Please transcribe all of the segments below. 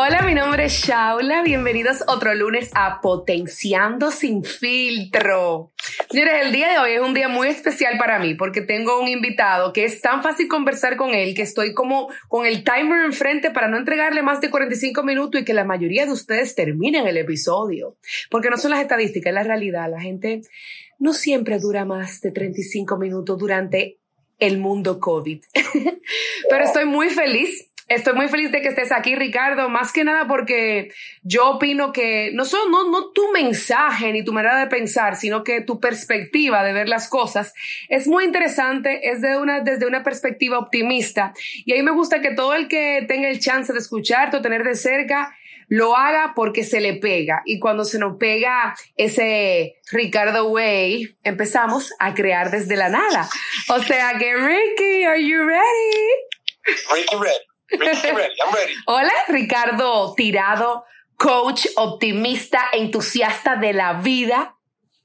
Hola, mi nombre es Shaula. Bienvenidos otro lunes a Potenciando Sin Filtro. Señores, el día de hoy es un día muy especial para mí porque tengo un invitado que es tan fácil conversar con él que estoy como con el timer enfrente para no entregarle más de 45 minutos y que la mayoría de ustedes terminen el episodio. Porque no son las estadísticas, es la realidad. La gente no siempre dura más de 35 minutos durante el mundo COVID. Pero estoy muy feliz. Estoy muy feliz de que estés aquí, Ricardo, más que nada porque yo opino que no tu mensaje ni tu manera de pensar, sino que tu perspectiva de ver las cosas es muy interesante, es desde una perspectiva optimista. Y ahí me gusta que todo el que tenga el chance de escucharte o tener de cerca, lo haga porque se le pega. Y cuando se nos pega ese Ricardo Way, empezamos a crear desde la nada. O sea que, Ricky, are you ready? Ricky ready. I'm ready. Hola, Ricardo Tirado, coach, optimista, entusiasta de la vida.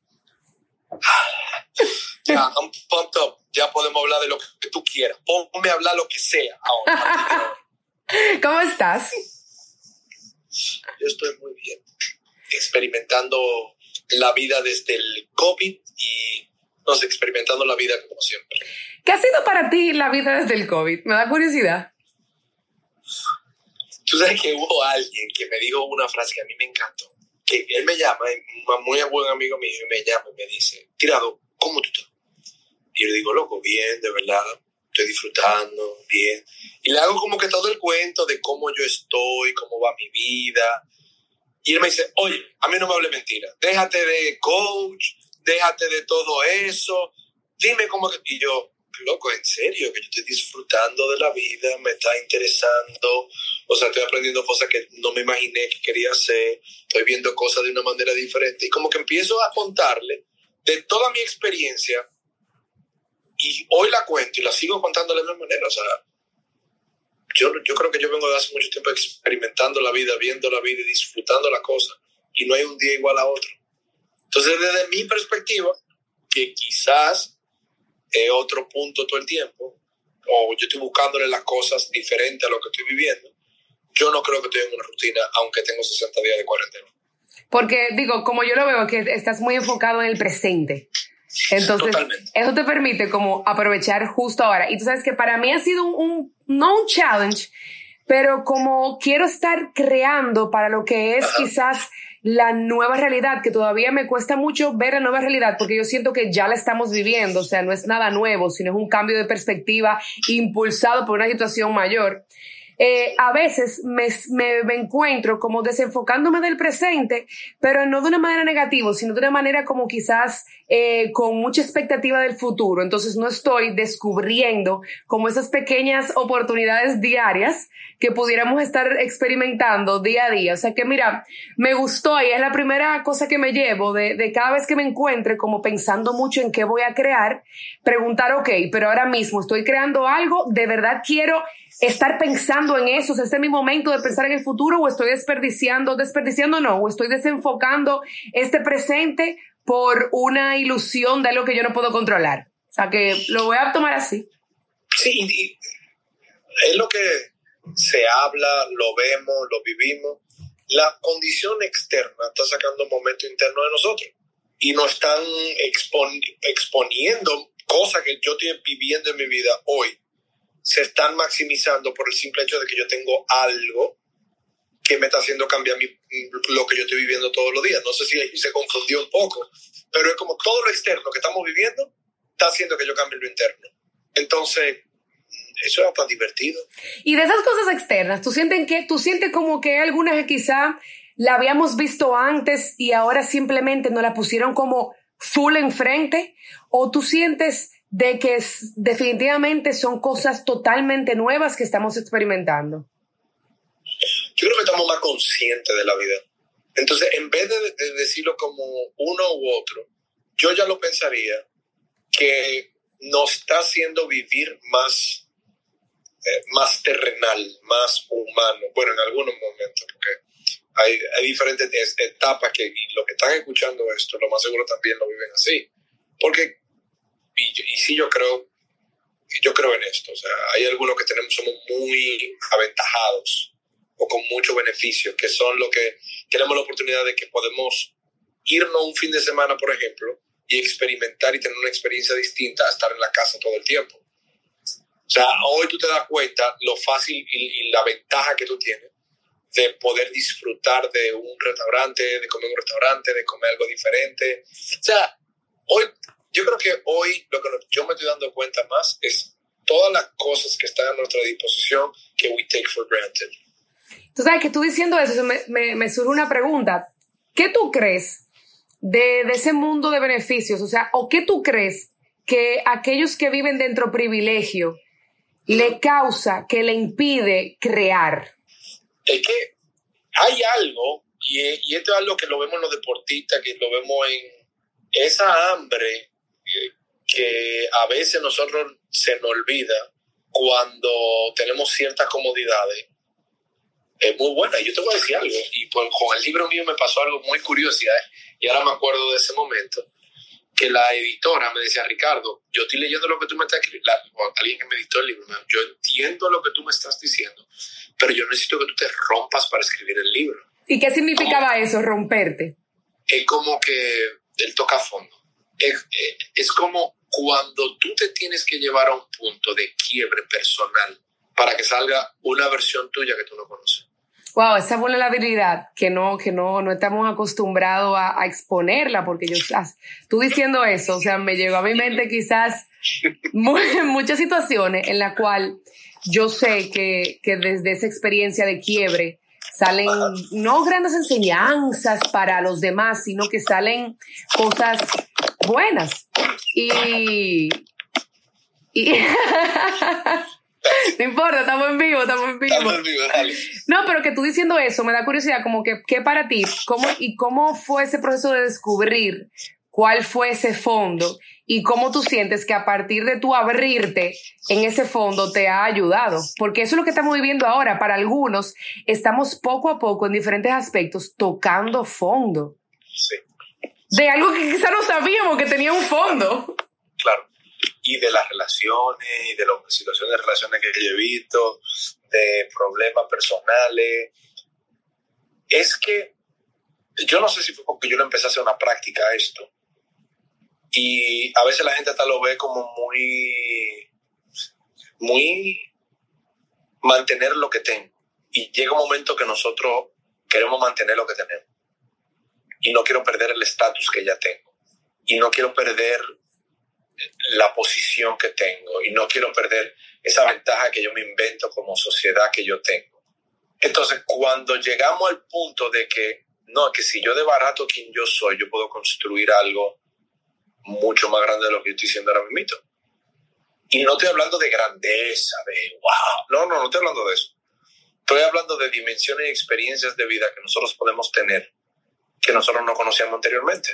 Ya, I'm pumped up. Ya podemos hablar de lo que tú quieras. Ponme a hablar lo que sea ahora. ¿Cómo estás? Yo estoy muy bien. Experimentando la vida desde el COVID y experimentando la vida como siempre. ¿Qué ha sido para ti la vida desde el COVID? Me da curiosidad. Tú sabes que hubo alguien que me dijo una frase que a mí me encantó. Que él me llama, un muy buen amigo mío, y me llama y me dice, Tirado, ¿cómo tú estás? Y yo le digo, loco, bien, de verdad, estoy disfrutando, bien. Y le hago como que todo el cuento de cómo yo estoy, cómo va mi vida. Y él me dice, oye, a mí no me hable mentira. Déjate de coach, déjate de todo eso. Dime cómo que... Y yo, loco, en serio, que yo estoy disfrutando de la vida, me está interesando, o sea, estoy aprendiendo cosas que no me imaginé que quería hacer, estoy viendo cosas de una manera diferente, y como que empiezo a contarle de toda mi experiencia, y hoy la cuento y la sigo contando de la misma manera. O sea, yo creo que yo vengo de hace mucho tiempo experimentando la vida, viendo la vida y disfrutando la cosa, y no hay un día igual a otro. Entonces, desde mi perspectiva, que quizás es otro punto todo el tiempo, o yo estoy buscándole las cosas diferentes a lo que estoy viviendo, yo no creo que estoy en una rutina, aunque tengo 60 días de cuarentena. Porque, digo, como yo lo veo, que estás muy enfocado en el presente. Entonces, totalmente. Eso te permite como aprovechar justo ahora. Y tú sabes que para mí ha sido no un challenge, pero como quiero estar creando para lo que es quizás la nueva realidad, que todavía me cuesta mucho ver la nueva realidad porque yo siento que ya la estamos viviendo, o sea, no es nada nuevo, sino es un cambio de perspectiva impulsado por una situación mayor. A veces me encuentro como desenfocándome del presente, pero no de una manera negativa, sino de una manera como quizás con mucha expectativa del futuro. Entonces no estoy descubriendo como esas pequeñas oportunidades diarias que pudiéramos estar experimentando día a día. O sea que mira, me gustó y es la primera cosa que me llevo de cada vez que me encuentre como pensando mucho en qué voy a crear, preguntar, ok, pero ahora mismo estoy creando algo, ¿de verdad quiero estar pensando en eso? O sea, ¿este es mi momento de pensar en el futuro o estoy desperdiciando no, o estoy desenfocando este presente por una ilusión de algo que yo no puedo controlar? O sea, que lo voy a tomar así. Sí, y es lo que se habla, lo vemos, lo vivimos. La condición externa está sacando un momento interno de nosotros y nos están exponiendo cosas que yo estoy viviendo en mi vida hoy. Se están maximizando por el simple hecho de que yo tengo algo que me está haciendo cambiar lo que yo estoy viviendo todos los días. No sé si se confundió un poco, pero es como todo lo externo que estamos viviendo está haciendo que yo cambie lo interno. Entonces, eso es tan divertido. Y de esas cosas externas, ¿tú sientes como que algunas que quizá la habíamos visto antes y ahora simplemente nos la pusieron como full enfrente? ¿O tú sientes de que definitivamente son cosas totalmente nuevas que estamos experimentando? Yo creo que estamos más conscientes de la vida. Entonces, en vez de decirlo como uno u otro, yo ya lo pensaría que nos está haciendo vivir más terrenal, más humano. Bueno, en algunos momentos, porque hay diferentes etapas que y los que están escuchando esto, lo más seguro también lo viven así. Porque, y sí, yo creo en esto. O sea, hay algunos que somos muy aventajados o con mucho beneficio, que son lo que tenemos la oportunidad de que podemos irnos un fin de semana, por ejemplo, y experimentar y tener una experiencia distinta a estar en la casa todo el tiempo. O sea, hoy tú te das cuenta lo fácil y la ventaja que tú tienes de poder disfrutar de un restaurante, de comer en un restaurante, de comer algo diferente. O sea, hoy, yo creo que hoy lo que yo me estoy dando cuenta más es todas las cosas que están a nuestra disposición que we take for granted. Tú sabes que tú diciendo eso me surge una pregunta. ¿Qué tú crees de ese mundo de beneficios? O sea, ¿o qué tú crees que aquellos que viven dentro de privilegio le causa, que le impide crear? Es que hay algo, y esto es algo que lo vemos en los deportistas, que lo vemos en esa hambre que a veces nosotros se nos olvida cuando tenemos ciertas comodidades. Es muy buena. Yo te voy a decir algo, y con el libro mío me pasó algo muy curioso, y ahora me acuerdo de ese momento, que la editora me decía, Ricardo, yo estoy leyendo lo que tú me estás escribiendo, alguien que me editó el libro, yo entiendo lo que tú me estás diciendo, pero yo necesito que tú te rompas para escribir el libro. ¿Y qué significaba eso, romperte? Es como que él toca fondo. Es como cuando tú te tienes que llevar a un punto de quiebre personal para que salga una versión tuya que tú no conoces. Wow, esa vulnerabilidad que no estamos acostumbrados a exponerla, porque tú diciendo eso, o sea, me llegó a mi mente quizás muchas situaciones en las cuales yo sé que desde esa experiencia de quiebre salen no grandes enseñanzas para los demás, sino que salen cosas buenas. Y no importa, estamos en vivo. Dale. No, pero que tú diciendo eso me da curiosidad, como que ¿qué para ti? ¿Cómo fue ese proceso de descubrir cuál fue ese fondo? ¿Y cómo tú sientes que a partir de tú abrirte en ese fondo te ha ayudado? Porque eso es lo que estamos viviendo ahora. Para algunos estamos poco a poco en diferentes aspectos tocando fondo. Sí. De algo que quizá no sabíamos que tenía un fondo. Claro. Y de las relaciones, y de las situaciones de relaciones que yo he visto, de problemas personales. Es que yo no sé si fue porque yo le empecé a hacer una práctica a esto. Y a veces la gente hasta lo ve como muy mantener lo que tengo. Y llega un momento que nosotros queremos mantener lo que tenemos. Y no quiero perder el estatus que ya tengo. Y no quiero perder la posición que tengo. Y no quiero perder esa ventaja que yo me invento como sociedad que yo tengo. Entonces, cuando llegamos al punto de que, no, que si yo desbarato quien yo soy, yo puedo construir algo mucho más grande de lo que yo estoy diciendo ahora mismo. Y no estoy hablando de grandeza, de wow. No estoy hablando de eso. Estoy hablando de dimensiones y experiencias de vida que nosotros podemos tener que nosotros no conocíamos anteriormente.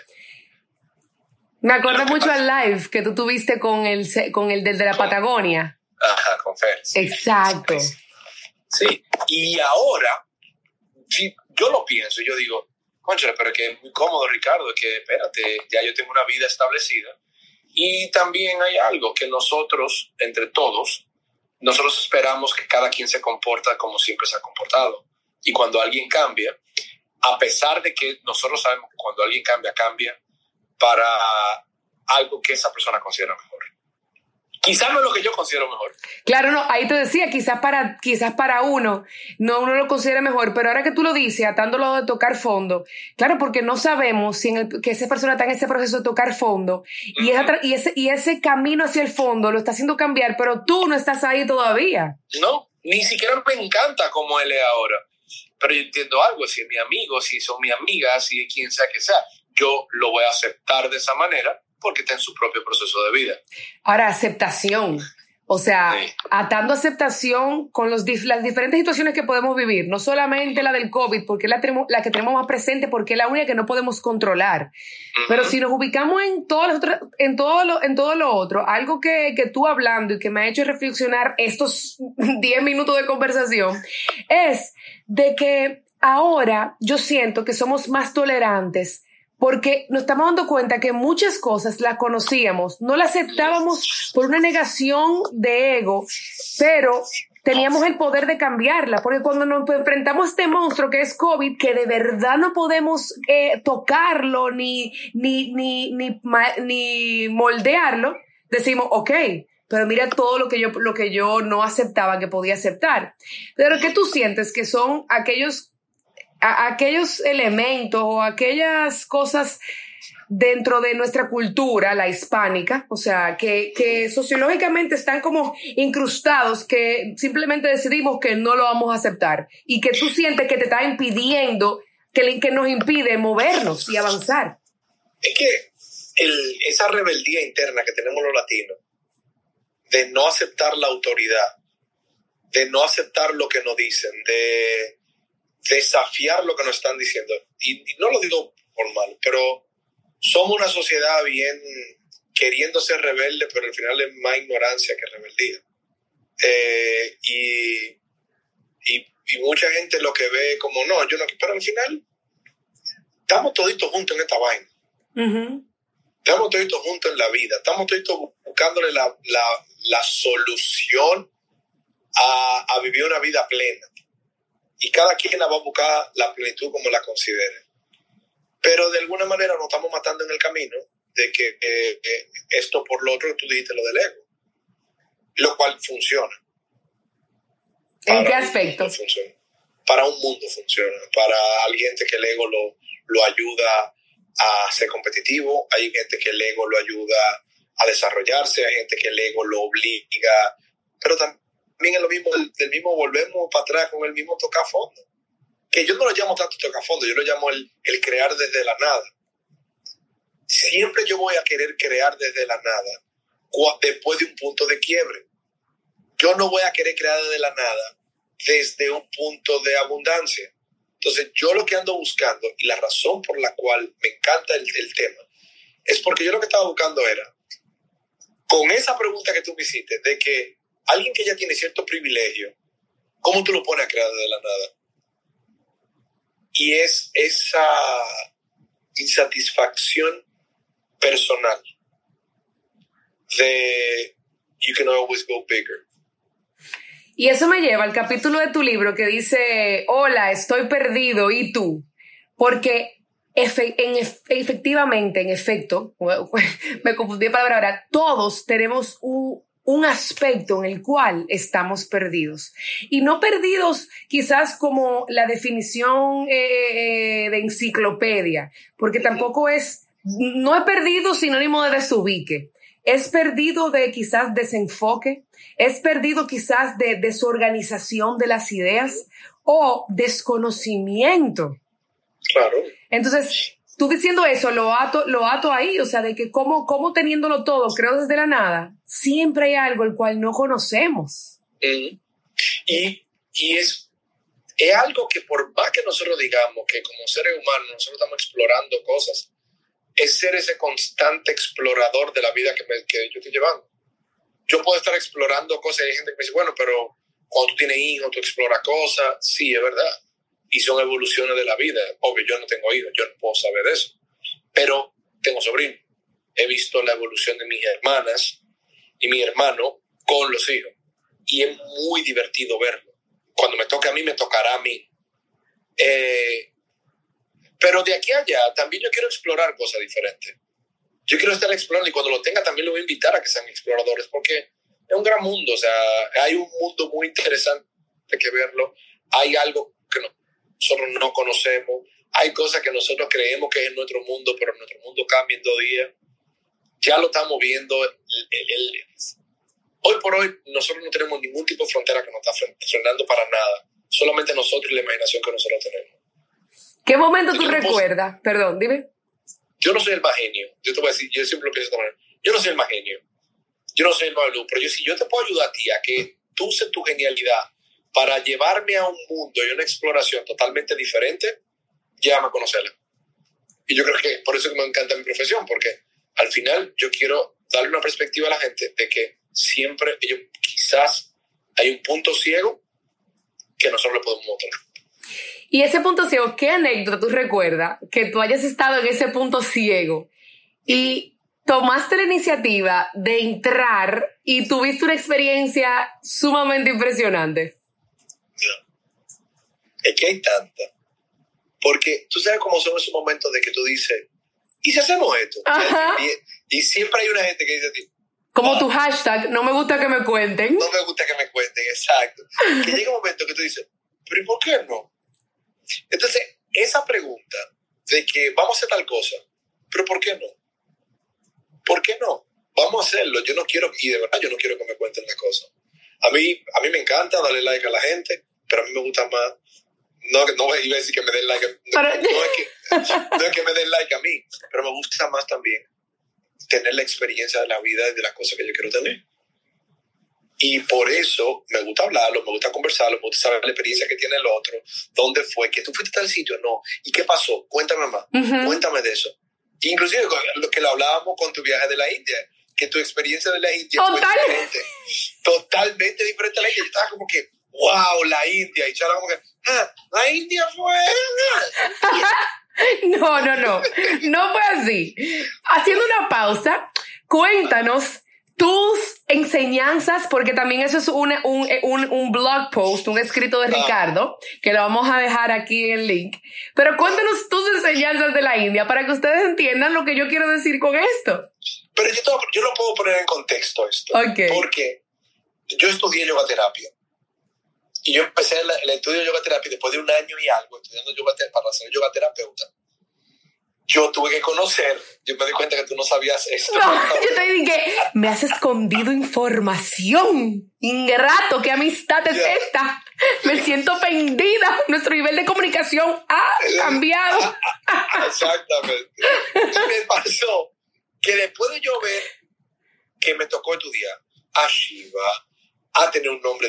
Me acuerdo mucho al live que tú tuviste con el de la Patagonia. Ajá, con Fer. Sí. Exacto. Sí, y ahora, si yo lo pienso, yo digo, cónchale, pero que es muy cómodo, Ricardo, que espérate, ya yo tengo una vida establecida. Y también hay algo que nosotros, entre todos, nosotros esperamos que cada quien se comporta como siempre se ha comportado. Y cuando alguien cambia, a pesar de que nosotros sabemos que cuando alguien cambia para algo que esa persona considera mejor. Quizás no es lo que yo considero mejor. Claro, no, ahí te decía, quizás para uno lo considera mejor, pero ahora que tú lo dices, atándolo de tocar fondo, claro, porque no sabemos si que esa persona está en ese proceso de tocar fondo y ese camino hacia el fondo lo está haciendo cambiar, pero tú no estás ahí todavía. No, ni siquiera me encanta como él es ahora, pero yo entiendo algo, si es mi amigo, si son mi amiga, si quien sea que sea, yo lo voy a aceptar de esa manera porque está en su propio proceso de vida. Ahora, aceptación. O sea, sí. Atando aceptación con las diferentes situaciones que podemos vivir, no solamente la del COVID, porque es la que tenemos más presente, porque es la única que no podemos controlar. Uh-huh. Pero si nos ubicamos en todo lo otro, algo que tú hablando y que me ha hecho reflexionar estos 10 minutos de conversación, es de que ahora yo siento que somos más tolerantes, porque nos estamos dando cuenta que muchas cosas las conocíamos, no las aceptábamos por una negación de ego, pero teníamos el poder de cambiarla, porque cuando nos enfrentamos a este monstruo que es COVID, que de verdad no podemos tocarlo ni moldearlo, decimos, ok, pero mira todo lo que yo no aceptaba que podía aceptar. Pero ¿qué tú sientes que son aquellos elementos o aquellas cosas dentro de nuestra cultura, la hispánica, o sea, que sociológicamente están como incrustados, que simplemente decidimos que no lo vamos a aceptar y que tú sientes que te está impidiendo, que nos impide movernos y avanzar? Es que esa rebeldía interna que tenemos los latinos, de no aceptar la autoridad, de no aceptar lo que nos dicen, de desafiar lo que nos están diciendo, y no lo digo por mal, pero somos una sociedad bien queriendo ser rebelde, pero al final es más ignorancia que rebeldía. Y mucha gente lo que ve como, no, yo no, pero al final estamos toditos juntos en esta vaina. Uh-huh. Estamos toditos juntos en la vida, estamos toditos buscándole la solución a vivir una vida plena. Y cada quien la va a buscar la plenitud como la considere. Pero de alguna manera nos estamos matando en el camino de que esto por lo otro que tú dijiste, lo del ego. Lo cual funciona. ¿En qué aspecto? Funciona. Para un mundo funciona. Para alguien que el ego lo ayuda a ser competitivo. Hay gente que el ego lo ayuda a desarrollarse. Hay gente que el ego lo obliga. Pero también es lo mismo, del mismo volvemos para atrás con el mismo tocar fondo. Que yo no lo llamo tanto tocar fondo, yo lo llamo el crear desde la nada. Siempre yo voy a querer crear desde la nada después de un punto de quiebre. Yo no voy a querer crear desde la nada desde un punto de abundancia. Entonces yo lo que ando buscando y la razón por la cual me encanta el tema es porque yo lo que estaba buscando era, con esa pregunta que tú me hiciste, de que alguien que ya tiene cierto privilegio, ¿cómo tú lo pones a crear desde la nada? Y es esa insatisfacción personal de you can always go bigger. Y eso me lleva al capítulo de tu libro que dice, hola, estoy perdido, ¿y tú? Porque efectivamente, en efecto, me confundí de palabra ahora, todos tenemos un aspecto en el cual estamos perdidos. Y no perdidos quizás como la definición de enciclopedia, porque tampoco no es perdido sinónimo de desubique. Es perdido de quizás desenfoque, es perdido quizás de desorganización de las ideas o desconocimiento. Claro. Entonces, tú diciendo eso, lo ato ahí, o sea, de que como teniéndolo todo, creo desde la nada, siempre hay algo el cual no conocemos. Y es algo que por más que nosotros digamos que como seres humanos nosotros estamos explorando cosas, es ser ese constante explorador de la vida que yo estoy llevando. Yo puedo estar explorando cosas y hay gente que me dice, bueno, pero cuando tú tienes hijos, tú exploras cosas. Sí, es verdad. Y son evoluciones de la vida. Obvio, yo no tengo hijos, yo no puedo saber eso. Pero tengo sobrinos. He visto la evolución de mis hermanas y mi hermano con los hijos. Y es muy divertido verlo. Cuando me toque a mí, me tocará a mí. Pero de aquí a allá, también yo quiero explorar cosas diferentes. Yo quiero estar explorando y cuando lo tenga también lo voy a invitar a que sean exploradores porque es un gran mundo. O sea, hay un mundo muy interesante que verlo. Hay algo que nosotros no conocemos. Hay cosas que nosotros creemos que es en nuestro mundo, pero nuestro mundo cambia en 2 días. Ya lo estamos viendo. Hoy por hoy nosotros no tenemos ningún tipo de frontera que nos está frenando para nada. Solamente nosotros y la imaginación que nosotros tenemos. ¿Qué momento tú recuerdas? Perdón, dime. Yo no soy el más genio. Yo te voy a decir, yo siempre lo pienso de esta manera. Yo no soy el más genio. Yo no soy el más luz. Pero si yo te puedo ayudar a ti a que tú uses tu genialidad para llevarme a un mundo y una exploración totalmente diferente, llévame a conocerla. Y yo creo que por eso que me encanta mi profesión, porque al final yo quiero darle una perspectiva a la gente de que siempre quizás hay un punto ciego que nosotros le podemos mostrar. Y ese punto ciego, ¿qué anécdota tú recuerdas que tú hayas estado en ese punto ciego y tomaste la iniciativa de entrar y tuviste una experiencia sumamente impresionante. Es que hay tanta. Porque tú sabes cómo son esos momentos de que tú dices, ¿y si hacemos esto? Y siempre hay una gente que dice a ti, como tu hashtag, no me gusta que me cuenten. No me gusta que me cuenten, exacto. Que llega un momento que tú dices, ¿pero y por qué no? Entonces, esa pregunta de que vamos a hacer tal cosa, ¿pero por qué no? ¿Por qué no? Vamos a hacerlo. Yo no quiero, y de verdad yo no quiero que me cuenten las cosas. A mí me encanta darle like a la gente, pero a mí me gusta más. No iba a decir que me den like. No es que me den like a mí, pero me gusta más también tener la experiencia de la vida y de las cosas que yo quiero tener. Y por eso me gusta hablarlo, me gusta conversarlo, me gusta saber la experiencia que tiene el otro, dónde fue, que tú fuiste a tal sitio, no, y qué pasó, cuéntame más, cuéntame de eso. Inclusive lo que lo hablábamos con tu viaje de la India, que tu experiencia de la India fue totalmente diferente a la India. Yo estaba como que, wow, la India, y Chala como que, la India fue... No fue así. Haciendo una pausa, cuéntanos tus enseñanzas, porque también eso es un blog post, un escrito de Ricardo, que lo vamos a dejar aquí en el link. Pero cuéntanos tus enseñanzas de la India para que ustedes entiendan lo que yo quiero decir con esto. Pero yo lo puedo poner en contexto esto. Okay. Porque yo estudié yoga terapia. Y yo empecé el estudio de yoga terapia después de un año y algo estudiando yoga terapia para ser yoga terapeuta. Yo tuve que conocer, yo me di cuenta que tú no sabías esto. No, yo te dije, me has escondido información. Ingrato, ¿qué amistad es esta? Me siento ofendida. Nuestro nivel de comunicación ha cambiado. Exactamente. Y me pasó que después de yo ver que me tocó estudiar a Shiva, a tener un nombre,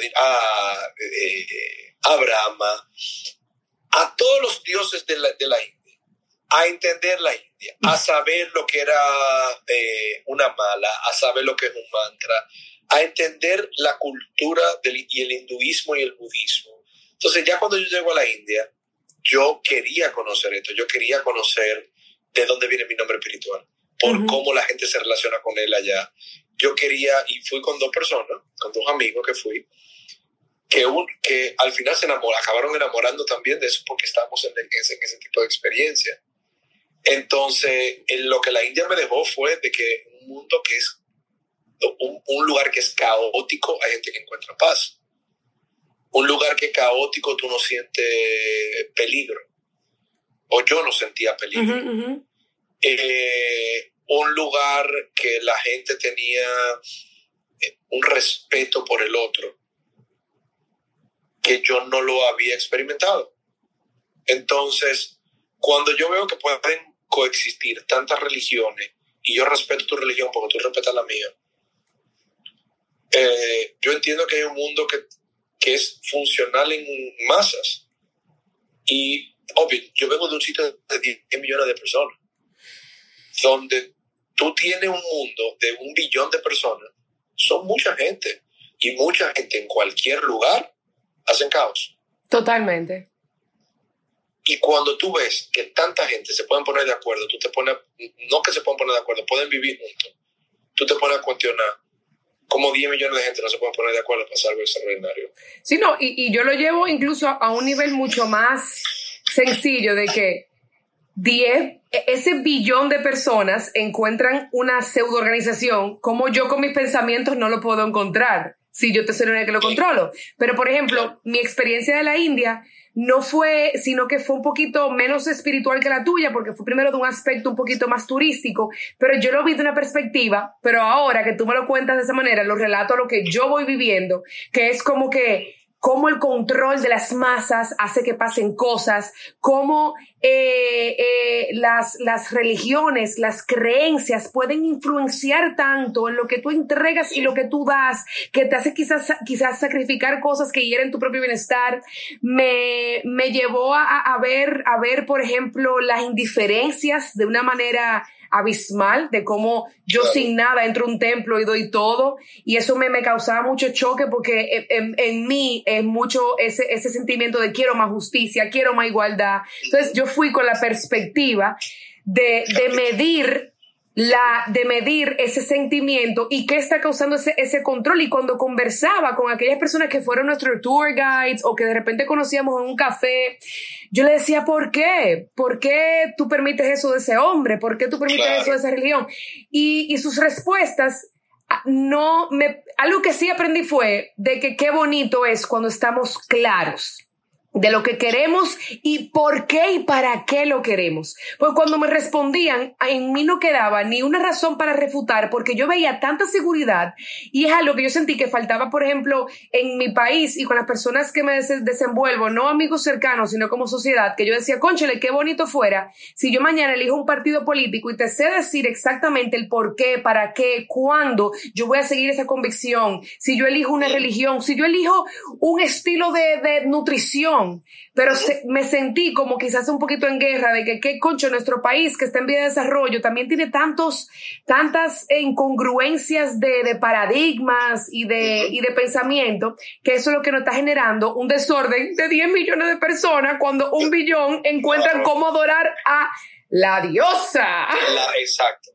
a Brahma, a todos los dioses de la India, a entender la India, a saber lo que era una mala, a saber lo que es un mantra, a entender la cultura y el hinduismo y el budismo. Entonces ya cuando yo llego a la India, yo quería conocer esto, yo quería conocer de dónde viene mi nombre espiritual, por cómo la gente se relaciona con él allá. Yo quería, y fui con dos personas, con dos amigos que fui, que al final se acabaron enamorando también de eso porque estábamos en ese tipo de experiencia. Entonces, lo que la India me dejó fue de que un mundo que es un lugar que es caótico, hay gente que encuentra paz. Un lugar que es caótico, tú no sientes peligro. O yo no sentía peligro. Un lugar que la gente tenía un respeto por el otro, que yo no lo había experimentado. Entonces, cuando yo veo que pueden coexistir tantas religiones y yo respeto tu religión porque tú respetas la mía, yo entiendo que hay un mundo que es funcional en masas. Y obvio, yo vengo de un sitio de 10 millones de personas donde tú tienes un mundo de 1 billón de personas. Son mucha gente, y mucha gente en cualquier lugar hacen caos. Totalmente. Y cuando tú ves que tanta gente se pueden poner de acuerdo, tú te pones, no que se pueden poner de acuerdo, pueden vivir juntos, tú te pones a cuestionar cómo 10 millones de gente no se pueden poner de acuerdo para hacer algo extraordinario. Sí, no, y yo lo llevo incluso a un nivel mucho más sencillo de que ese billón de personas encuentran una pseudo-organización, como yo con mis pensamientos no lo puedo encontrar si yo te soy la única que lo controlo. Pero, por ejemplo, mi experiencia de la India no fue, sino que fue un poquito menos espiritual que la tuya, porque fue primero de un aspecto un poquito más turístico, pero yo lo vi de una perspectiva, pero ahora que tú me lo cuentas de esa manera, lo relato a lo que yo voy viviendo, que es como que cómo el control de las masas hace que pasen cosas, cómo las religiones, las creencias pueden influenciar tanto en lo que tú entregas y lo que tú das, que te hace quizás sacrificar cosas que hieren tu propio bienestar. Me llevó a ver, por ejemplo, las indiferencias de una manera abismal, de cómo yo sin nada entro a un templo y doy todo, y eso me causaba mucho choque porque en mí es mucho ese sentimiento de quiero más justicia, quiero más igualdad. Entonces yo fui con la perspectiva de medir de medir ese sentimiento y qué está causando ese control. Y cuando conversaba con aquellas personas que fueron nuestros tour guides o que de repente conocíamos en un café, yo le decía, ¿por qué? ¿Por qué tú permites eso de ese hombre? ¿Por qué tú permites eso de esa religión? Y sus respuestas, algo que sí aprendí fue de que qué bonito es cuando estamos claros de lo que queremos y por qué y para qué lo queremos. Pues cuando me respondían, en mí no quedaba ni una razón para refutar, porque yo veía tanta seguridad y es algo que yo sentí que faltaba, por ejemplo, en mi país y con las personas que me desenvuelvo, no amigos cercanos, sino como sociedad, que yo decía, cónchale, qué bonito fuera si yo mañana elijo un partido político y te sé decir exactamente el por qué, para qué, cuándo yo voy a seguir esa convicción, si yo elijo una religión, si yo elijo un estilo de nutrición. Pero me sentí como quizás un poquito en guerra de que qué concho, nuestro país que está en vía de desarrollo también tiene tantas incongruencias de paradigmas y de pensamiento, que eso es lo que nos está generando un desorden de 10 millones de personas cuando 1 billón encuentran cómo adorar a la diosa. Exacto.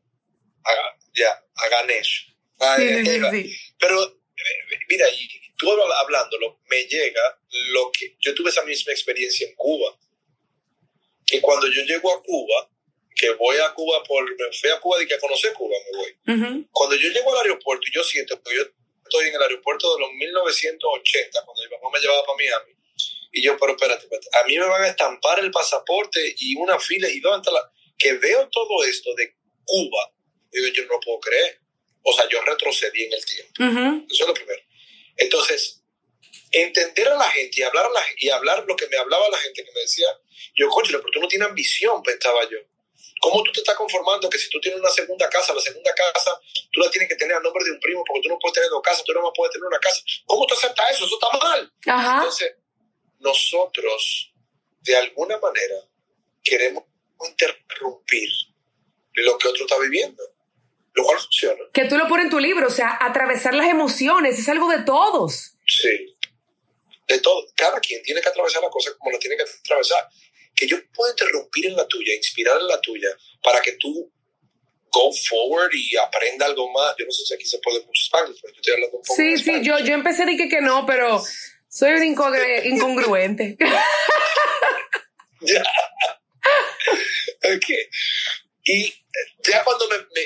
A Ganesh. Sí. Pero mira, tú hablándolo, me llega lo que yo tuve esa misma experiencia en Cuba. Que cuando yo llego a Cuba, que voy a Cuba me fui a Cuba de que a conocer Cuba me voy. Uh-huh. Cuando yo llego al aeropuerto, yo siento que yo estoy en el aeropuerto de los 1980, cuando mi papá me llevaba para Miami, y yo, pero espérate, a mí me van a estampar el pasaporte y una fila, y ¿dónde está que veo todo esto de Cuba? Digo, yo no lo puedo creer. O sea, yo retrocedí en el tiempo. Uh-huh. Eso es lo primero. Entonces, entender a la gente y hablar lo que me hablaba la gente, que me decía, yo, conchale, pero tú no tienes ambición, pensaba yo. ¿Cómo tú te estás conformando que si tú tienes una segunda casa, la segunda casa tú la tienes que tener a nombre de un primo porque tú no puedes tener 2 casas, tú no más puedes tener una casa? ¿Cómo tú aceptas eso? Eso está mal. Ajá. Entonces, nosotros, de alguna manera, queremos interrumpir lo que otro está viviendo, lo cual funciona. Que tú lo pones en tu libro, o sea, atravesar las emociones, es algo de todos. Sí, de todo. Cada quien tiene que atravesar la cosa como la tiene que atravesar. Que yo puedo interrumpir en la tuya, inspirar en la tuya, para que tú go forward y aprenda algo más. Yo no sé si aquí se puede mucho Spanish, pero yo estoy hablando un poco Sí, de sí, Spanish. yo empecé a decir que no, pero soy un incongruente. Ya. Ok. Y ya cuando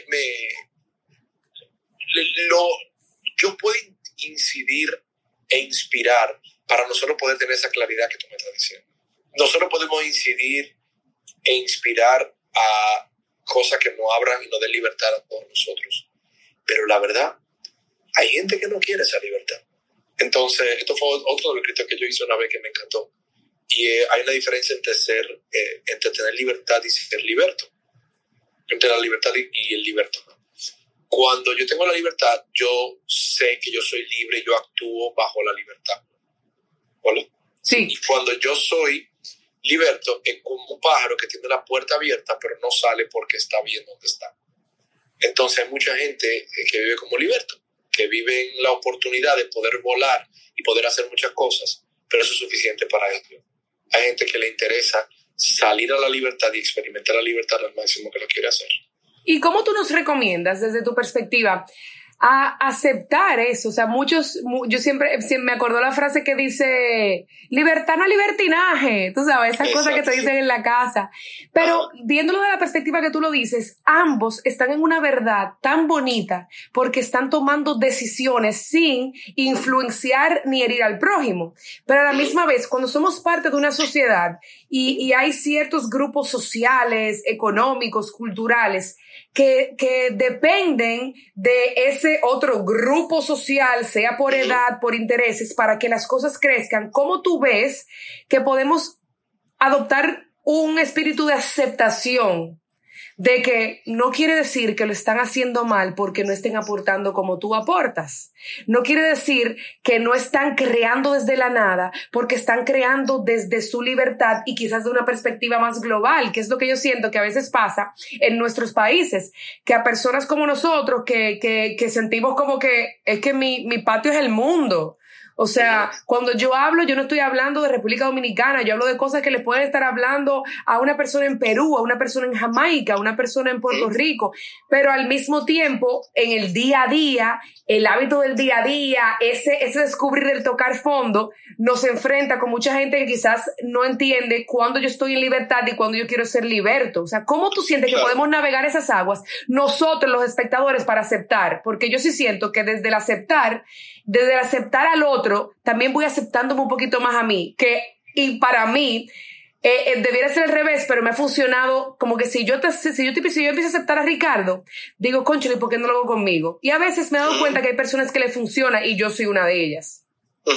yo puedo incidir e inspirar para nosotros poder tener esa claridad que tú me estás diciendo. Nosotros podemos incidir e inspirar a cosas que nos abran y nos den libertad a todos nosotros. Pero la verdad, hay gente que no quiere esa libertad. Entonces, esto fue otro de los escritos que yo hice una vez que me encantó. Y hay una diferencia entre tener libertad y ser liberto. Entre la libertad y el liberto. Cuando yo tengo la libertad, yo sé que yo soy libre y yo actúo bajo la libertad. ¿Hola? Sí. Y cuando yo soy liberto, es como un pájaro que tiene la puerta abierta, pero no sale porque está bien donde está. Entonces hay mucha gente que vive como liberto, que vive en la oportunidad de poder volar y poder hacer muchas cosas, pero eso es suficiente para ellos. Hay gente que le interesa salir a la libertad y experimentar la libertad al máximo que lo quiere hacer. ¿Y cómo tú nos recomiendas, desde tu perspectiva, a aceptar eso? O sea, yo siempre me acordó la frase que dice, libertad no libertinaje, tú sabes, esas cosas que te dicen en la casa. Pero viéndolo de la perspectiva que tú lo dices, ambos están en una verdad tan bonita porque están tomando decisiones sin influenciar ni herir al prójimo. Pero a la misma vez, cuando somos parte de una sociedad y hay ciertos grupos sociales, económicos, culturales, que dependen de ese otro grupo social, sea por edad, por intereses, para que las cosas crezcan, ¿cómo tú ves que podemos adoptar un espíritu de aceptación de que no quiere decir que lo están haciendo mal porque no estén aportando como tú aportas? No quiere decir que no están creando desde la nada porque están creando desde su libertad y quizás de una perspectiva más global, que es lo que yo siento que a veces pasa en nuestros países, que a personas como nosotros que sentimos como que es que mi patio es el mundo. O sea, cuando yo hablo, yo no estoy hablando de República Dominicana, yo hablo de cosas que le pueden estar hablando a una persona en Perú, a una persona en Jamaica, a una persona en Puerto Rico, pero al mismo tiempo, en el día a día, el hábito del día a día, ese descubrir el tocar fondo, nos enfrenta con mucha gente que quizás no entiende cuándo yo estoy en libertad y cuándo yo quiero ser liberto. O sea, ¿cómo tú sientes que podemos navegar esas aguas nosotros, los espectadores, para aceptar? Porque yo sí siento que desde el aceptar al otro, también voy aceptándome un poquito más a mí, y para mí debiera ser al revés, pero me ha funcionado como que si yo empiezo a aceptar a Ricardo, digo, cónchale, ¿por qué no lo hago conmigo? Y a veces me he dado cuenta que hay personas que le funciona y yo soy una de ellas.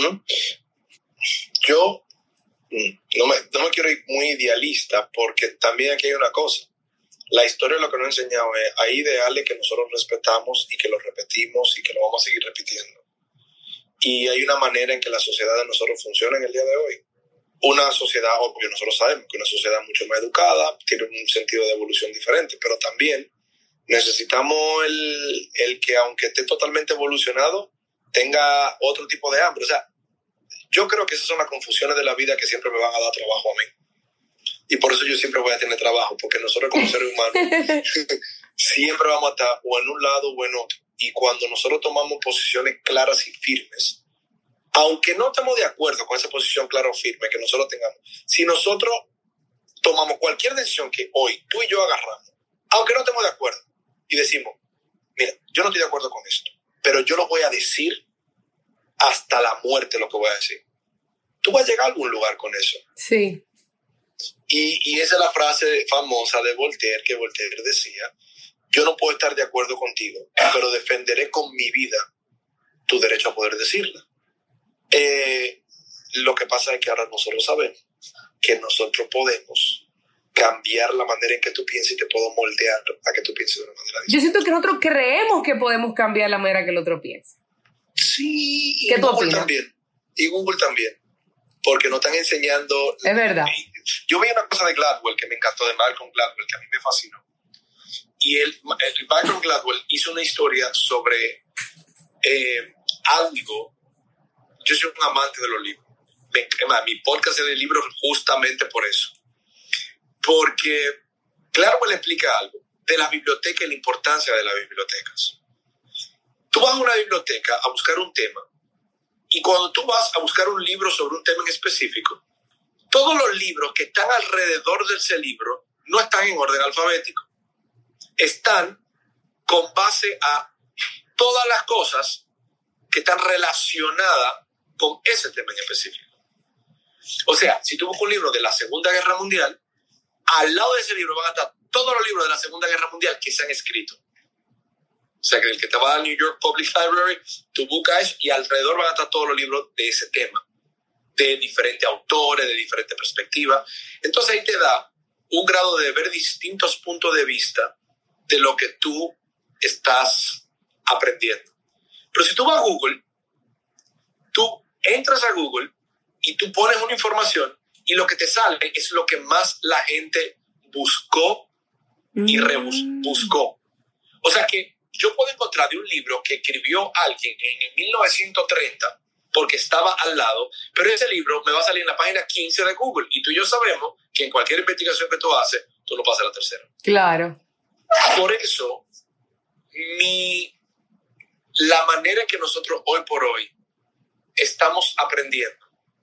Yo no me quiero ir muy idealista, porque también aquí hay una cosa. La historia lo que nos ha enseñado es, hay ideales que nosotros respetamos y que los repetimos y que lo vamos a seguir repitiendo. Y hay una manera en que la sociedad de nosotros funciona en el día de hoy. Una sociedad, obvio, nosotros sabemos que una sociedad mucho más educada tiene un sentido de evolución diferente, pero también necesitamos el que, aunque esté totalmente evolucionado, tenga otro tipo de hambre. O sea, yo creo que esas son las confusiones de la vida que siempre me van a dar trabajo a mí. Y por eso yo siempre voy a tener trabajo, porque nosotros como seres humanos siempre vamos a estar o en un lado o en otro. Y cuando nosotros tomamos posiciones claras y firmes, aunque no estemos de acuerdo con esa posición clara o firme que nosotros tengamos, si nosotros tomamos cualquier decisión que hoy tú y yo agarramos, aunque no estemos de acuerdo, y decimos, mira, yo no estoy de acuerdo con esto, pero yo lo voy a decir hasta la muerte lo que voy a decir. Tú vas a llegar a algún lugar con eso. Sí. Y esa es la frase famosa de Voltaire, que Voltaire decía, yo no puedo estar de acuerdo contigo, pero defenderé con mi vida tu derecho a poder decirla. Lo que pasa es que ahora nosotros sabemos que nosotros podemos cambiar la manera en que tú piensas y te puedo moldear a que tú pienses de una manera diferente. Yo siento que nosotros creemos que podemos cambiar la manera que el otro piensa. Sí, y Google también. Y Google también. Porque nos están enseñando... Es verdad. Yo vi una cosa de Gladwell que me encantó, de Malcolm Gladwell, que a mí me fascinó. Y Malcolm Gladwell hizo una historia sobre algo. Yo soy un amante de los libros. Mi podcast es de libros justamente por eso. Porque Gladwell explica algo de las bibliotecas y la importancia de las bibliotecas. Tú vas a una biblioteca a buscar un tema, y cuando tú vas a buscar un libro sobre un tema en específico, todos los libros que están alrededor de ese libro no están en orden alfabético. Están con base a todas las cosas que están relacionadas con ese tema en específico. O sea, si tú buscas un libro de la Segunda Guerra Mundial, al lado de ese libro van a estar todos los libros de la Segunda Guerra Mundial que se han escrito. O sea, que el que te va a New York Public Library, tú buscas y alrededor van a estar todos los libros de ese tema, de diferentes autores, de diferentes perspectivas. Entonces ahí te da un grado de ver distintos puntos de vista de lo que tú estás aprendiendo. Pero si tú vas a Google, tú entras a Google y tú pones una información y lo que te sale es lo que más la gente buscó y rebuscó. O sea que yo puedo encontrar de un libro que escribió alguien en 1930 porque estaba al lado, pero ese libro me va a salir en la página 15 de Google y tú y yo sabemos que en cualquier investigación que tú haces, tú no pasas a la tercera. Claro. Por eso, la manera en que nosotros hoy por hoy estamos aprendiendo,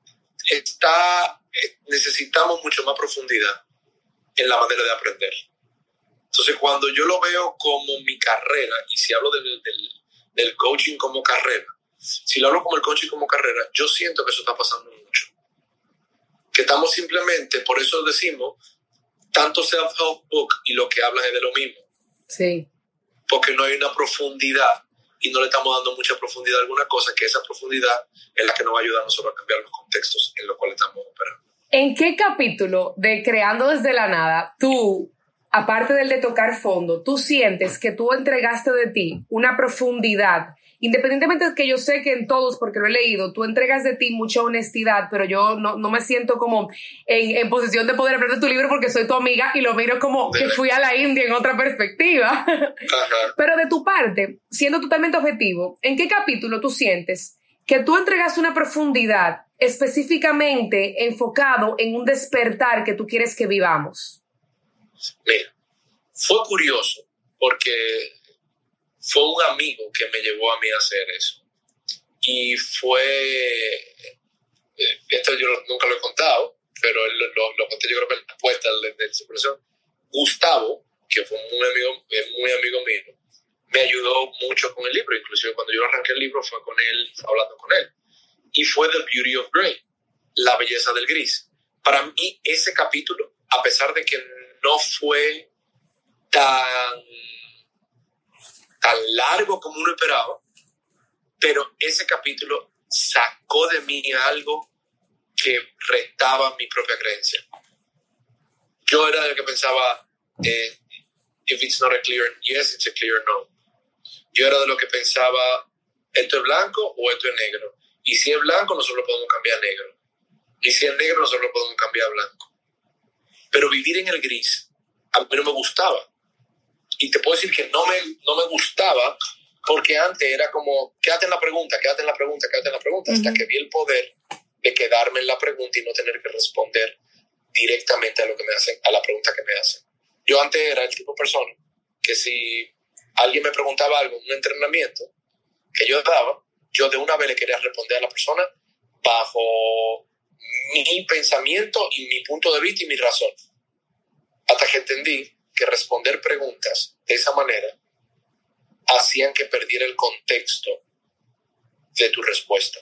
necesitamos mucho más profundidad en la manera de aprender. Entonces, cuando yo lo veo como mi carrera, y si hablo del coaching como carrera, si lo hablo como el coaching como carrera, yo siento que eso está pasando mucho. Que estamos simplemente, por eso decimos, tanto self-help book y lo que hablan es de lo mismo. Sí. Porque no hay una profundidad y no le estamos dando mucha profundidad a alguna cosa, que esa profundidad es la que nos va a ayudar a nosotros a cambiar los contextos en los cuales estamos operando. ¿En qué capítulo de Creando desde la Nada tú, aparte del de tocar fondo, tú sientes que tú entregaste de ti una profundidad? Independientemente de que yo sé que en todos, porque lo he leído, tú entregas de ti mucha honestidad, pero yo no me siento como en posición de poder hablar de tu libro porque soy tu amiga y lo miro como que fui a la India en otra perspectiva. Ajá. Pero de tu parte, siendo totalmente objetivo, ¿en qué capítulo tú sientes que tú entregaste una profundidad específicamente enfocado en un despertar que tú quieres que vivamos? Mira, fue curioso porque fue un amigo que me llevó a mí a hacer eso. Y esto yo nunca lo he contado, pero lo conté yo creo que en la puesta de circulación. Gustavo, que fue muy amigo mío, me ayudó mucho con el libro. Inclusive cuando yo arranqué el libro fue con él, hablando con él. Y fue The Beauty of Grey, la belleza del gris. Para mí ese capítulo, a pesar de que no fue tan largo como uno esperaba, pero ese capítulo sacó de mí algo que retaba mi propia creencia. Yo era el que pensaba, if it's not a clear yes, it's a clear no. Yo era de lo que pensaba, ¿esto es blanco o esto es negro? Y si es blanco, nosotros lo podemos cambiar a negro. Y si es negro, nosotros lo podemos cambiar a blanco. Pero vivir en el gris, a mí no me gustaba. Y te puedo decir que no me gustaba porque antes era como, quédate en la pregunta, hasta que vi el poder de quedarme en la pregunta y no tener que responder directamente a lo que me hacen, a la pregunta que me hacen. Yo antes era el tipo de persona que si alguien me preguntaba algo en un entrenamiento que yo daba, yo de una vez le quería responder a la persona bajo mi pensamiento y mi punto de vista y mi razón. Hasta que entendí que responder preguntas de esa manera hacían que perdiera el contexto de tu respuesta.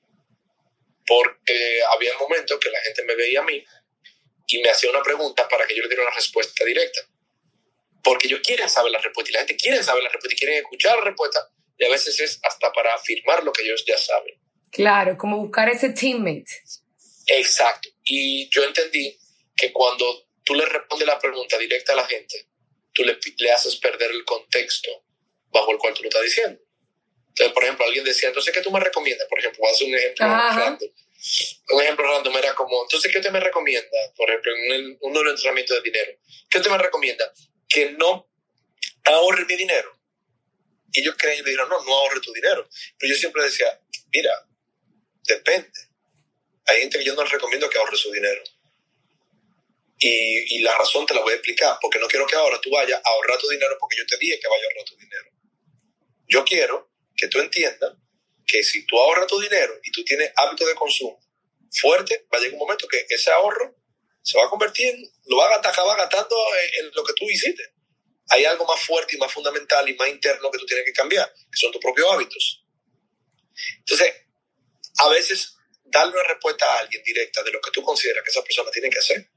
Porque había momentos que la gente me veía a mí y me hacía una pregunta para que yo le diera una respuesta directa. Porque ellos quieren saber la respuesta y la gente quiere saber la respuesta y quieren escuchar la respuesta, y a veces es hasta para afirmar lo que ellos ya saben. Claro, como buscar ese teammate. Exacto. Y yo entendí que cuando tú le respondes la pregunta directa a la gente, tú le haces perder el contexto bajo el cual tú lo estás diciendo. Entonces, por ejemplo, alguien decía, entonces, ¿qué tú me recomiendas? Por ejemplo, voy a hacer un ejemplo random. Un ejemplo random era como, entonces, ¿qué usted me recomienda? Por ejemplo, en uno de los entrenamientos de dinero. ¿Qué usted me recomienda? Que no ahorre mi dinero. Y ellos creen y me dijeron, no ahorre tu dinero. Pero yo siempre decía, mira, depende. Hay gente que yo no les recomiendo que ahorre su dinero. Y la razón te la voy a explicar, porque no quiero que ahora tú vayas a ahorrar tu dinero porque yo te dije que vaya a ahorrar tu dinero. Yo quiero que tú entiendas que si tú ahorras tu dinero y tú tienes hábitos de consumo fuerte, va a llegar un momento que ese ahorro se va a convertir lo va a acabar gastando en lo que tú hiciste. Hay algo más fuerte y más fundamental y más interno que tú tienes que cambiar, que son tus propios hábitos. Entonces, a veces, darle una respuesta a alguien directa de lo que tú consideras que esa persona tiene que hacer,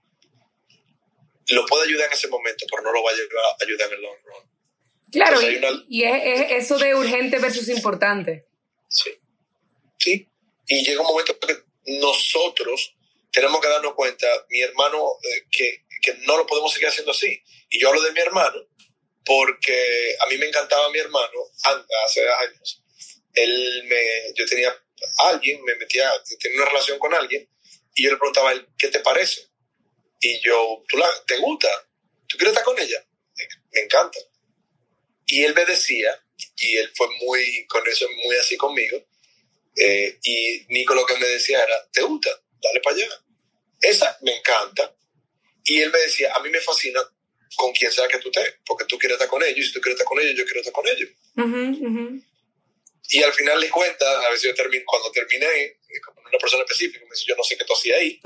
lo puede ayudar en ese momento, pero no lo va a ayudar en el long run. Claro, y es eso de urgente versus importante. Sí. Y llega un momento que nosotros tenemos que darnos cuenta, mi hermano, que no lo podemos seguir haciendo así. Y yo hablo de mi hermano porque a mí me encantaba mi hermano hace años. Yo tenía alguien, tenía una relación con alguien y yo le preguntaba a él, ¿qué te parece? Y yo, ¿te gusta? ¿Tú quieres estar con ella? Me encanta. Y él me decía, y él fue muy así conmigo, y Nico lo que me decía era, ¿te gusta? Dale para allá. Esa me encanta. Y él me decía, a mí me fascina con quien sea que tú estés, porque tú quieres estar con ellos, y si tú quieres estar con ellos, yo quiero estar con ellos. Y al final les cuenta, a veces cuando terminé, con una persona específica, me dice, yo no sé qué tú hacías ahí.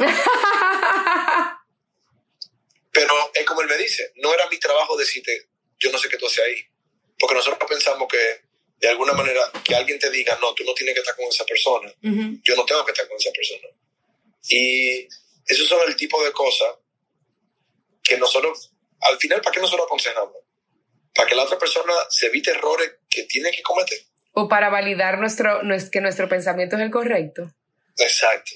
Pero es como él me dice, no era mi trabajo decirte, yo no sé qué tú hacías ahí. Porque nosotros pensamos que, de alguna manera, que alguien te diga, no, tú no tienes que estar con esa persona. Yo no tengo que estar con esa persona. Y esos son el tipo de cosas que nosotros, al final, ¿para qué nosotros aconsejamos? Para que la otra persona se evite errores que tiene que cometer. O para validar que nuestro pensamiento es el correcto. Exacto.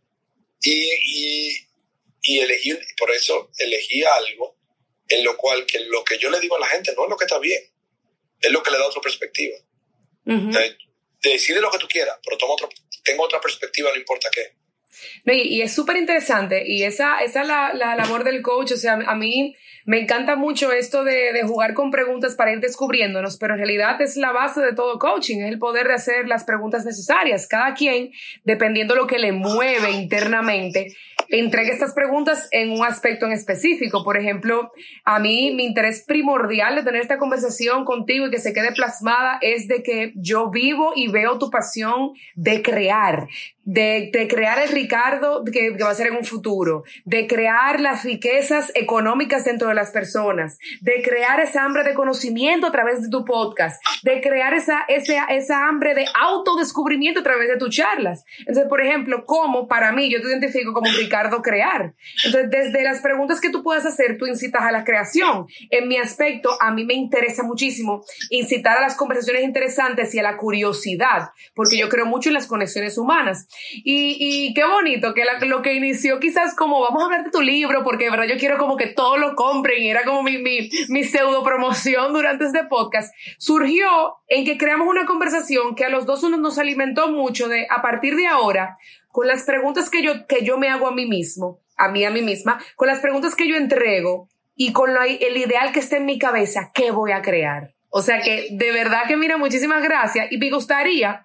Y por eso elegí algo en lo cual que lo que yo le digo a la gente no es lo que está bien, es lo que le da otra perspectiva. Decide lo que tú quieras, pero tengo otra perspectiva, no importa qué. No, y es súper interesante, y esa es la labor del coach. O sea, a mí me encanta mucho esto de jugar con preguntas para ir descubriéndonos, pero en realidad es la base de todo coaching, es el poder de hacer las preguntas necesarias. Cada quien, dependiendo lo que le mueve internamente, entrega estas preguntas en un aspecto en específico. Por ejemplo, a mí mi interés primordial de tener esta conversación contigo y que se quede plasmada es de que yo vivo y veo tu pasión de crear, de crear el Ricardo que va a ser en un futuro, de crear las riquezas económicas dentro de las personas, de crear esa hambre de conocimiento a través de tu podcast, de crear esa hambre de autodescubrimiento a través de tus charlas. Entonces, por ejemplo, como para mí, yo te identifico como Ricardo Crear. Entonces, desde las preguntas que tú puedas hacer, tú incitas a la creación. En mi aspecto, a mí me interesa muchísimo incitar a las conversaciones interesantes y a la curiosidad, porque yo creo mucho en las conexiones humanas. Y qué bonito que lo que inició quizás como vamos a hablar de tu libro, porque de verdad yo quiero como que todos lo compren y era como mi pseudo promoción durante este podcast, surgió en que creamos una conversación que a los dos nos alimentó mucho de a partir de ahora, con las preguntas que yo me hago a mí mismo, a mí misma, con las preguntas que yo entrego y con el ideal que está en mi cabeza, ¿qué voy a crear? O sea que de verdad que mira, muchísimas gracias, y me gustaría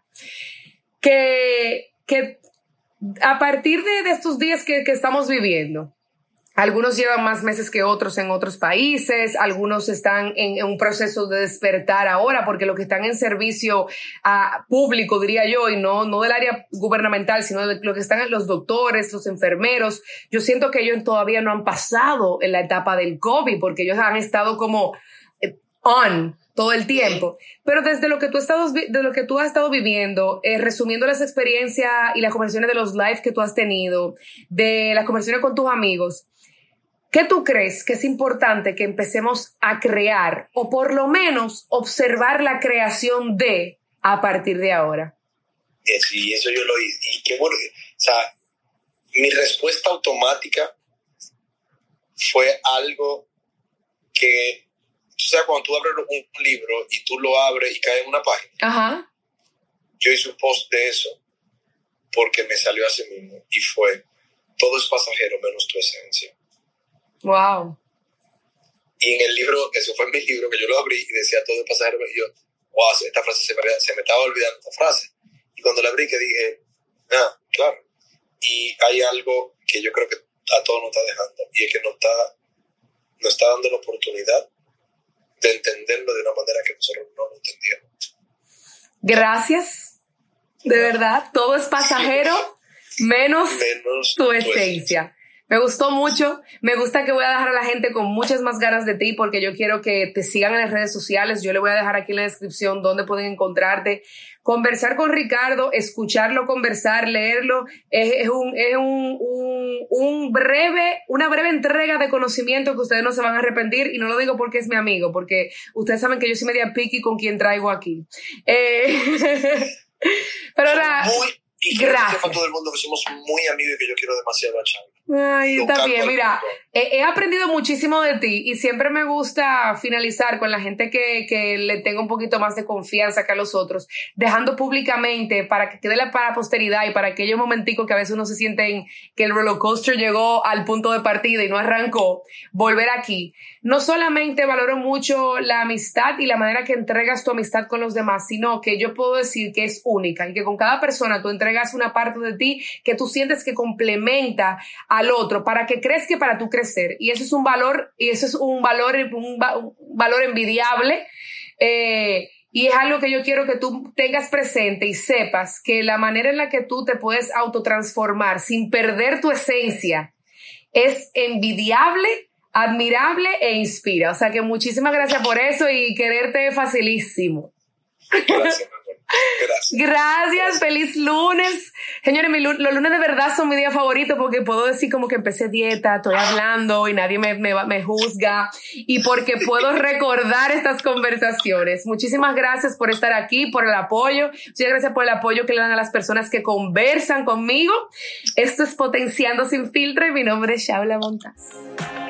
que a partir de estos días que estamos viviendo, algunos llevan más meses que otros en otros países, algunos están en un proceso de despertar ahora, porque los que están en servicio público, diría yo, y no del área gubernamental, sino de los que están los doctores, los enfermeros, yo siento que ellos todavía no han pasado en la etapa del COVID, porque ellos han estado como on todo el tiempo. Pero desde lo que tú has estado viviendo, resumiendo las experiencias y las conversaciones de los live que tú has tenido, de las conversaciones con tus amigos, ¿qué tú crees que es importante que empecemos a crear o por lo menos observar la creación de a partir de ahora? Sí, eso yo lo hice. Y qué bueno. O sea, mi respuesta automática fue algo que, o sea, cuando tú abres un libro y tú lo abres y cae en una página. Ajá. Yo hice un post de eso porque me salió así mismo y fue: todo es pasajero menos tu esencia. Wow. Y en el libro, eso fue en mi libro, que yo lo abrí y decía todo es pasajero, y yo, wow, esta frase se me estaba olvidando esta frase. Y cuando la abrí que dije, claro. Y hay algo que yo creo que a todos nos está dejando, y es que nos está dando la oportunidad de entenderlo de una manera que nosotros no lo entendíamos. Gracias. De verdad, todo es pasajero menos tu esencia. Me gustó mucho. Me gusta que voy a dejar a la gente con muchas más ganas de ti, porque yo quiero que te sigan en las redes sociales. Yo le voy a dejar aquí en la descripción donde pueden encontrarte. Conversar con Ricardo, escucharlo conversar, leerlo, es una breve entrega de conocimiento que ustedes no se van a arrepentir, y no lo digo porque es mi amigo, porque ustedes saben que yo soy media picky con quien traigo aquí. Pero ahora, gracias. Para todo el mundo que somos muy amigos y que yo quiero demasiado a Chávez. Ay, está bien. Mira, he aprendido muchísimo de ti y siempre me gusta finalizar con la gente que le tenga un poquito más de confianza que a los otros, dejando públicamente para que quede para la posteridad y para aquellos momenticos que a veces uno se siente que el roller coaster llegó al punto de partida y no arrancó, volver aquí. No solamente valoro mucho la amistad y la manera que entregas tu amistad con los demás, sino que yo puedo decir que es única y que con cada persona tú entregas una parte de ti que tú sientes que complementa al otro para que crezca y para tú crecer. Y eso es un valor, envidiable. Y es algo que yo quiero que tú tengas presente y sepas que la manera en la que tú te puedes autotransformar sin perder tu esencia es envidiable, admirable e inspira. O sea que muchísimas gracias por eso, y quererte es facilísimo. Gracias. Gracias, feliz lunes. Señores, los lunes de verdad son mi día favorito, porque puedo decir como que empecé dieta, estoy hablando y nadie me juzga, y porque puedo recordar estas conversaciones. Muchísimas gracias por estar aquí, por el apoyo. Muchas gracias por el apoyo que le dan a las personas que conversan conmigo. Esto es Potenciando Sin Filtro y mi nombre es Shaula Montaz.